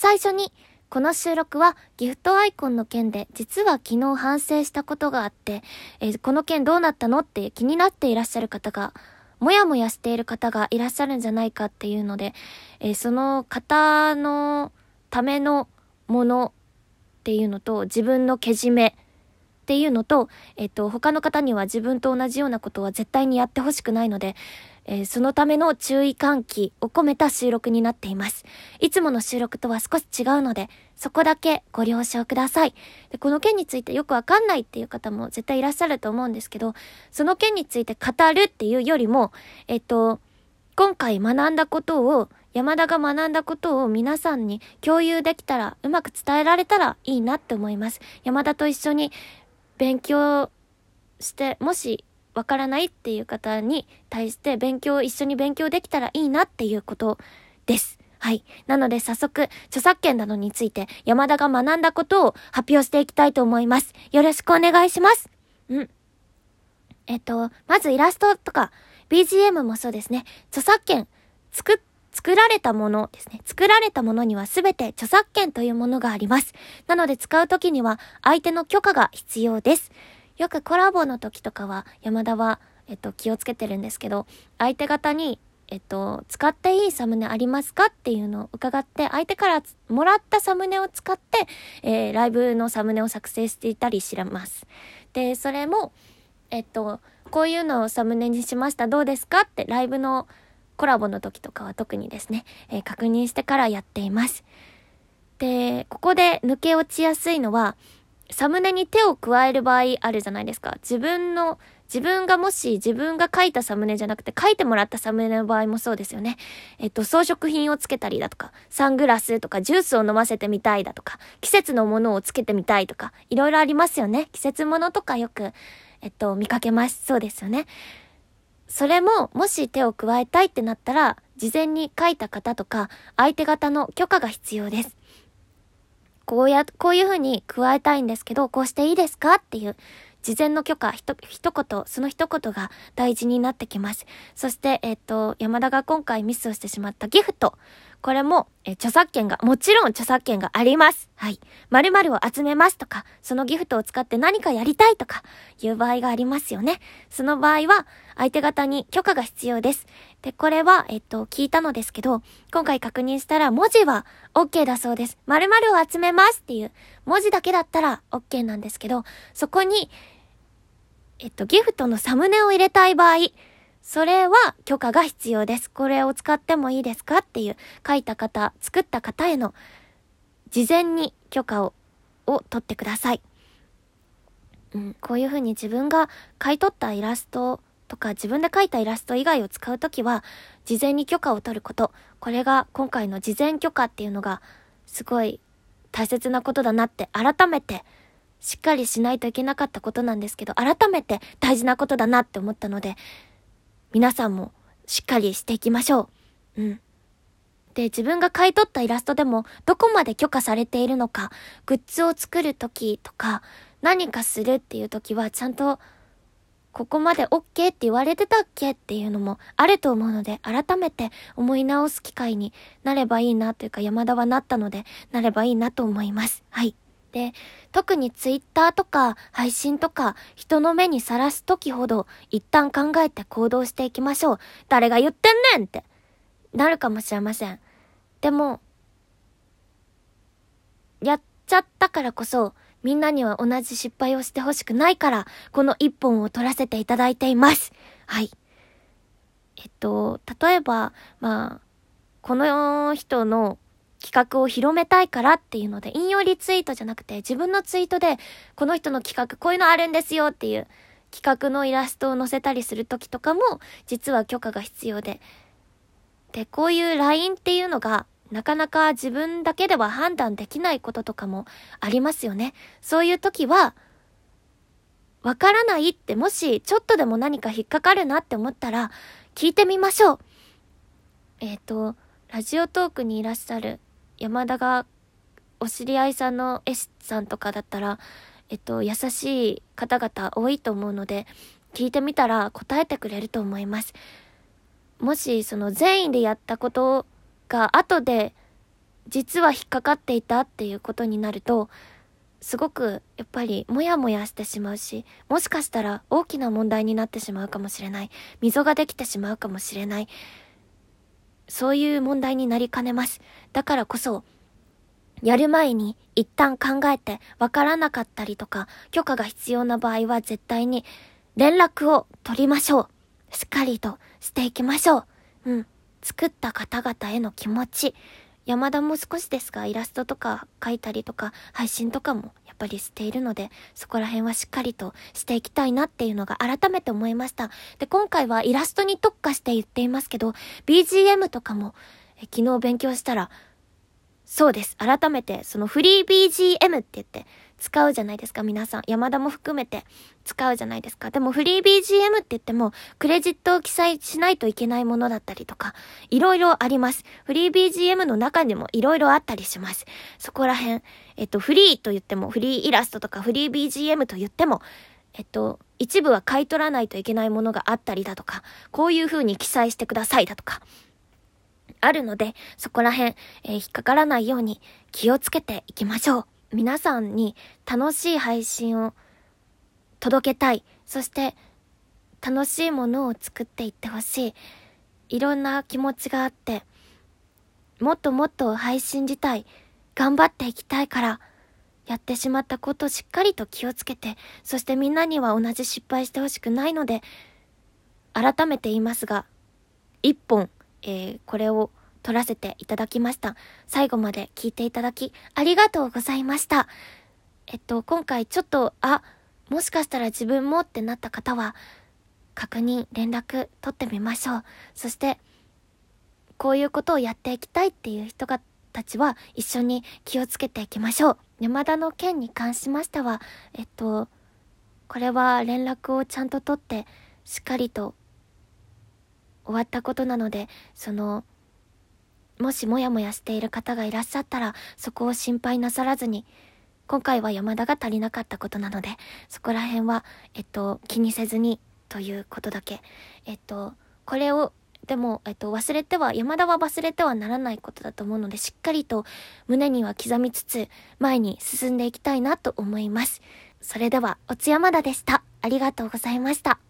最初に、この収録はギフトアイコンの件で実は昨日反省したことがあって、この件どうなったのって気になっていらっしゃる方が、もやもやしている方がいらっしゃるんじゃないかっていうので、その方のためのものっていうのと、自分のけじめっていうのと、他の方には自分と同じようなことは絶対にやってほしくないので、そのための注意喚起を込めた収録になっています。いつもの収録とは少し違うので、そこだけご了承ください。で、この件についてよくわかんないっていう方も絶対いらっしゃると思うんですけど、その件について語るっていうよりも、今回学んだことを、山田が学んだことを皆さんに共有できたら、うまく伝えられたらいいなって思います。山田と一緒に勉強して、もしわからないっていう方に対して一緒に勉強できたらいいなっていうことです。はい。なので早速、著作権などについて山田が学んだことを発表していきたいと思います。よろしくお願いします。まずイラストとか BGM もそうですね。著作権、作られたものですね。作られたものにはすべて著作権というものがあります。なので使うときには相手の許可が必要です。よくコラボの時とかは山田は、気をつけてるんですけど、相手方に、使っていいサムネありますかっていうのを伺って、相手からもらったサムネを使って、ライブのサムネを作成していたりします。で、それも、こういうのをサムネにしました。どうですかってライブのコラボの時とかは特にですね、確認してからやっています。で、ここで抜け落ちやすいのは、サムネに手を加える場合あるじゃないですか。自分がもし自分が書いたサムネじゃなくて書いてもらったサムネの場合もそうですよね。装飾品をつけたりだとか、サングラスとかジュースを飲ませてみたいだとか、季節のものをつけてみたいとか、いろいろありますよね。季節ものとかよく、見かけます。そうですよね。それも、もし手を加えたいってなったら、事前に書いた方とか、相手方の許可が必要です。こういう風に加えたいんですけど、こうしていいですかっていう、事前の許可、一言、その一言が大事になってきます。そして、山田が今回ミスをしてしまったギフト。これも、もちろん著作権があります。はい。〇〇を集めますとか、そのギフトを使って何かやりたいとか、いう場合がありますよね。その場合は、相手方に許可が必要です。で、これは、聞いたのですけど、今回確認したら文字は OK だそうです。〇〇を集めますっていう文字だけだったら OK なんですけど、そこに、ギフトのサムネを入れたい場合、それは許可が必要です。これを使ってもいいですかっていう書いた方、作った方への事前に許可を取ってください。こういう風に自分が買い取ったイラストとか自分で描いたイラスト以外を使うときは事前に許可を取ること。これが今回の事前許可っていうのがすごい大切なことだなって改めてしっかりしないといけなかったことなんですけど、改めて大事なことだなって思ったので、皆さんもしっかりしていきましょう。で、自分が買い取ったイラストでもどこまで許可されているのか、グッズを作るときとか、何かするっていうときはちゃんとここまで OK って言われてたっけっていうのもあると思うので、改めて思い直す機会になればいいなというか、山田はなったので、なればいいなと思います。はい。で、特にツイッターとか配信とか人の目にさらすときほど一旦考えて行動していきましょう。誰が言ってんねんってなるかもしれません。でも、やっちゃったからこそみんなには同じ失敗をしてほしくないから、この一本を取らせていただいています。はい。例えば、この人の企画を広めたいからっていうので、引用リツイートじゃなくて、自分のツイートで、この人の企画、こういうのあるんですよっていう企画のイラストを載せたりするときとかも、実は許可が必要で。で、こういう LINE っていうのが、なかなか自分だけでは判断できないこととかもありますよね。そういう時は、わからないって、もしちょっとでも何か引っかかるなって思ったら、聞いてみましょう。ラジオトークにいらっしゃる山田がお知り合いさんの絵師さんとかだったら、優しい方々多いと思うので、聞いてみたら答えてくれると思います。もしその善意でやったことが後で実は引っかかっていたっていうことになると、すごくやっぱりモヤモヤしてしまうし、もしかしたら大きな問題になってしまうかもしれない。溝ができてしまうかもしれない。そういう問題になりかねます。だからこそ、やる前に一旦考えて、わからなかったりとか、許可が必要な場合は絶対に連絡を取りましょう。しっかりとしていきましょう。作った方々への気持ち。山田も少しですがイラストとか描いたりとか配信とかもやっぱりしているので、そこら辺はしっかりとしていきたいなっていうのが改めて思いました。で、今回はイラストに特化して言っていますけど、BGM とかも昨日勉強したら、そうです。改めて、そのフリー BGM って言って使うじゃないですか、皆さん。山田も含めて使うじゃないですか。でもフリー BGM って言っても、クレジットを記載しないといけないものだったりとか、いろいろあります。フリー BGM の中にもいろいろあったりします。そこら辺、フリーと言っても、フリーイラストとかフリー BGM と言っても、一部は買い取らないといけないものがあったりだとか、こういう風に記載してくださいだとか、あるので、そこら辺、引っかからないように気をつけていきましょう。皆さんに楽しい配信を届けたい。そして楽しいものを作っていってほしい。いろんな気持ちがあって、もっともっと配信自体頑張っていきたいから、やってしまったことをしっかりと気をつけて、そしてみんなには同じ失敗してほしくないので、改めて言いますが、一本これを撮らせていただきました。最後まで聞いていただきありがとうございました。今回ちょっともしかしたら自分もってなった方は確認連絡取ってみましょう。そしてこういうことをやっていきたいっていう人たちは一緒に気をつけていきましょう。山田の件に関しましてはこれは連絡をちゃんと取ってしっかりと終わったことなので、もしもやもやしている方がいらっしゃったら、そこを心配なさらずに、今回は山田が足りなかったことなので、そこら辺は、気にせずにということだけ。これを、でも、山田は忘れてはならないことだと思うので、しっかりと胸には刻みつつ、前に進んでいきたいなと思います。それでは、おつ山田でした。ありがとうございました。